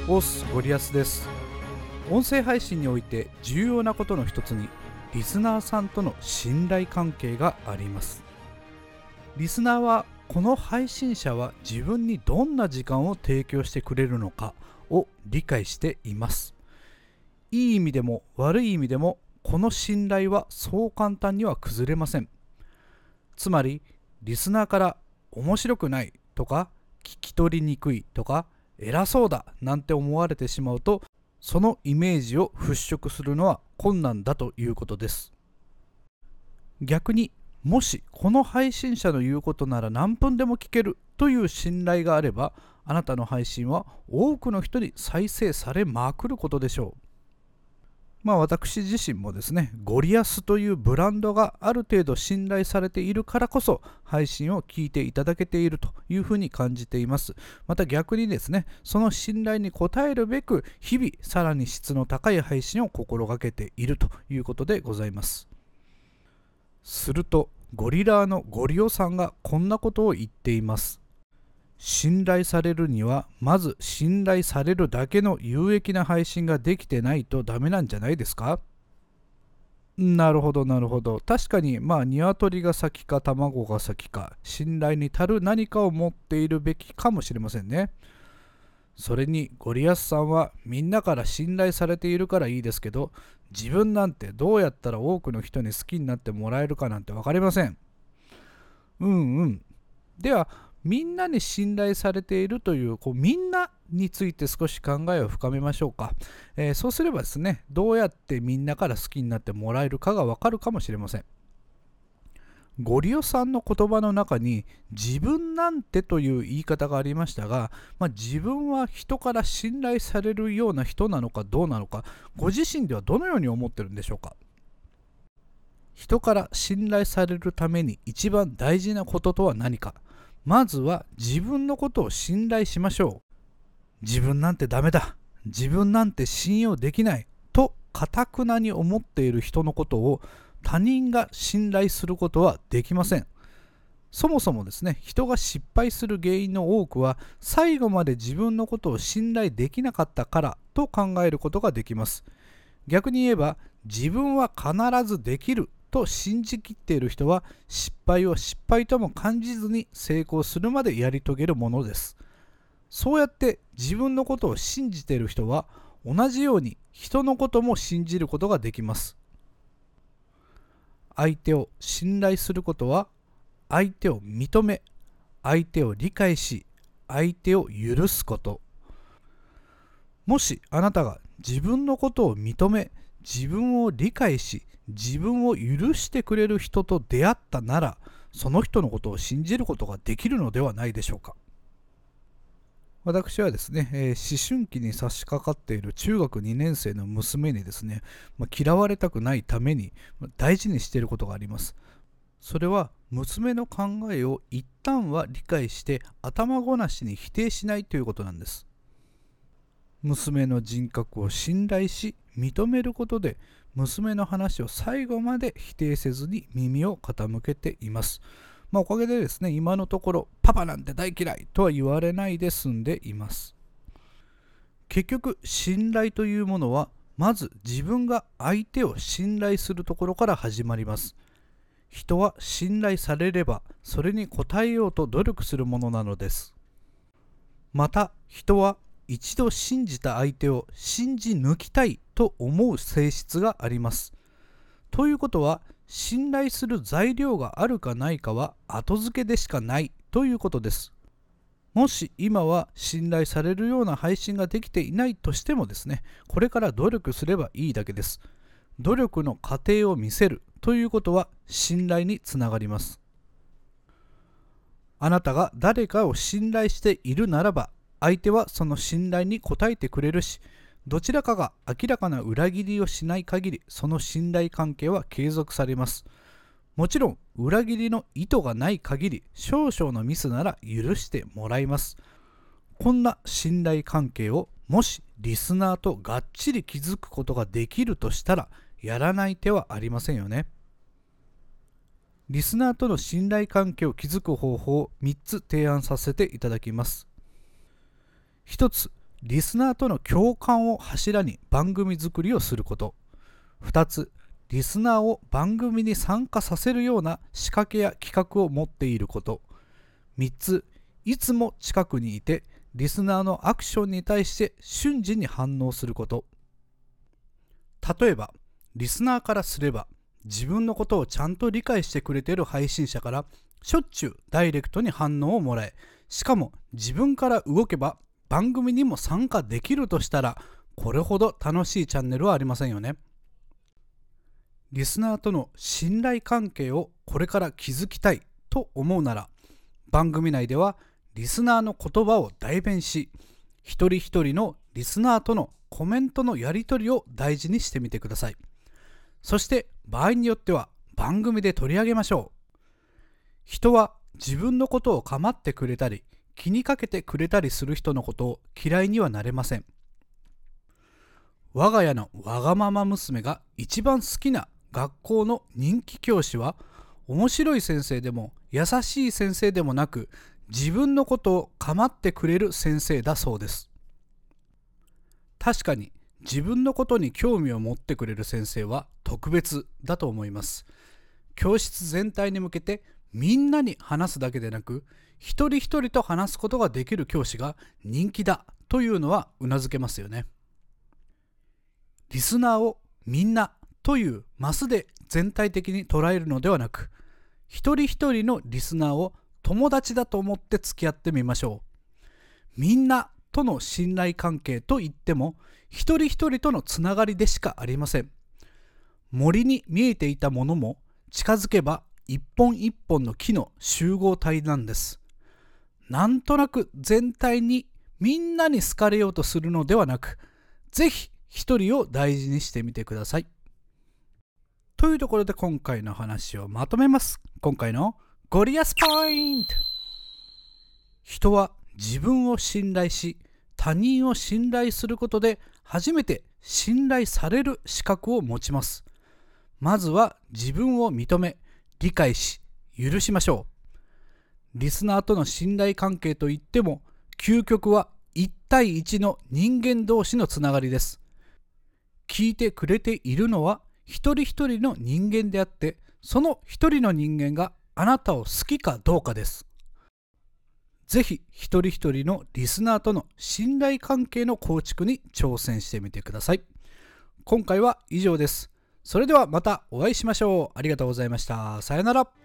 オスゴリアスです。音声配信において重要なことの一つにリスナーさんとの信頼関係があります。リスナーはこの配信者は自分にどんな時間を提供してくれるのかを理解しています。いい意味でも悪い意味でもこの信頼はそう簡単には崩れません。つまりリスナーから面白くないとか聞き取りにくいとか偉そうだなんて思われてしまうと、そのイメージを払拭するのは困難だということです。逆にもしこの配信者の言うことなら何分でも聞けるという信頼があれば、あなたの配信は多くの人に再生されまくることでしょう。私自身もですね、ゴリアスというブランドがある程度信頼されているからこそ配信を聞いていただけているというふうに感じています。また逆にですね、その信頼に応えるべく日々さらに質の高い配信を心がけているということでございます。するとゴリラーのゴリオさんがこんなことを言っています。信頼されるにはまず信頼されるだけの有益な配信ができてないとダメなんじゃないですか？なるほどなるほど。確かに鶏が先か卵が先か、信頼に足る何かを持っているべきかもしれませんね。それにゴリアスさんはみんなから信頼されているからいいですけど、自分なんてどうやったら多くの人に好きになってもらえるかなんて分かりません。ではみんなに信頼されているという、みんなについて少し考えを深めましょうか。そうすればですね、どうやってみんなから好きになってもらえるかがわかるかもしれません。ゴリオさんの言葉の中に自分なんてという言い方がありましたが、自分は人から信頼されるような人なのかどうなのか、ご自身ではどのように思ってるんでしょうか。人から信頼されるために一番大事なこととは何か。まずは自分のことを信頼しましょう。自分なんてダメだ、自分なんて信用できないと堅くなに思っている人のことを他人が信頼することはできません。そもそもですね、人が失敗する原因の多くは最後まで自分のことを信頼できなかったからと考えることができます。逆に言えば自分は必ずできると信じきっている人は失敗を失敗とも感じずに成功するまでやり遂げるものです。そうやって自分のことを信じている人は同じように人のことも信じることができます。相手を信頼することは相手を認め、相手を理解し、相手を許すこと。もしあなたが自分のことを認め、自分を理解し、自分を許してくれる人と出会ったなら、その人のことを信じることができるのではないでしょうか。私はですね、思春期に差し掛かっている中学2年生の娘にですね、嫌われたくないために大事にしていることがあります。それは娘の考えを一旦は理解して頭ごなしに否定しないということなんです。娘の人格を信頼し認めることで、娘の話を最後まで否定せずに耳を傾けています。おかげでですね、今のところパパなんて大嫌いとは言われないで済んでいます。結局信頼というものはまず自分が相手を信頼するところから始まります。人は信頼されればそれに応えようと努力するものなのです。また人は一度信じた相手を信じ抜きたいと思う性質があります。ということは信頼する材料があるかないかは後付けでしかないということです。もし今は信頼されるような配信ができていないとしてもですね、これから努力すればいいだけです。努力の過程を見せるということは信頼につながります。あなたが誰かを信頼しているならば、相手はその信頼に応えてくれるし、どちらかが明らかな裏切りをしない限り、その信頼関係は継続されます。もちろん、裏切りの意図がない限り、少々のミスなら許してもらいます。こんな信頼関係をもしリスナーとがっちり築くことができるとしたら、やらない手はありませんよね。リスナーとの信頼関係を築く方法を3つ提案させていただきます。1つ、 リスナーとの共感を柱に番組作りをすること。2つ、リスナーを番組に参加させるような仕掛けや企画を持っていること。3つ、いつも近くにいて、リスナーのアクションに対して瞬時に反応すること。例えば、リスナーからすれば、自分のことをちゃんと理解してくれている配信者からしょっちゅうダイレクトに反応をもらえ、しかも自分から動けば番組にも参加できるとしたら、これほど楽しいチャンネルはありませんよね。リスナーとの信頼関係をこれから築きたいと思うなら、番組内ではリスナーの言葉を代弁し、一人一人のリスナーとのコメントのやり取りを大事にしてみてください。そして場合によっては番組で取り上げましょう。人は自分のことを構ってくれたり気にかけてくれたりする人のことを嫌いにはなれません。我が家のわがまま娘が一番好きな学校の人気教師は、面白い先生でも優しい先生でもなく、自分のことを構ってくれる先生だそうです。確かに自分のことに興味を持ってくれる先生は特別だと思います。教室全体に向けてみんなに話すだけでなく、一人一人と話すことができる教師が人気だというのはうなずけますよね。リスナーをみんなというマスで全体的に捉えるのではなく、一人一人のリスナーを友達だと思って付き合ってみましょう。みんなとの信頼関係といっても、一人一人とのつながりでしかありません。森に見えていたものも近づけば一本一本の木の集合体なんです。なんとなく全体にみんなに好かれようとするのではなく、ぜひ一人を大事にしてみてください。というところで今回の話をまとめます。今回のゴリアスポイント。人は自分を信頼し、他人を信頼することで初めて信頼される資格を持ちます。まずは自分を認め、理解し、許しましょう。リスナーとの信頼関係といっても、究極は1対1の人間同士のつながりです。聞いてくれているのは一人一人の人間であって、その一人の人間があなたを好きかどうかです。ぜひ一人一人のリスナーとの信頼関係の構築に挑戦してみてください。今回は以上です。それではまたお会いしましょう。ありがとうございました。さよなら。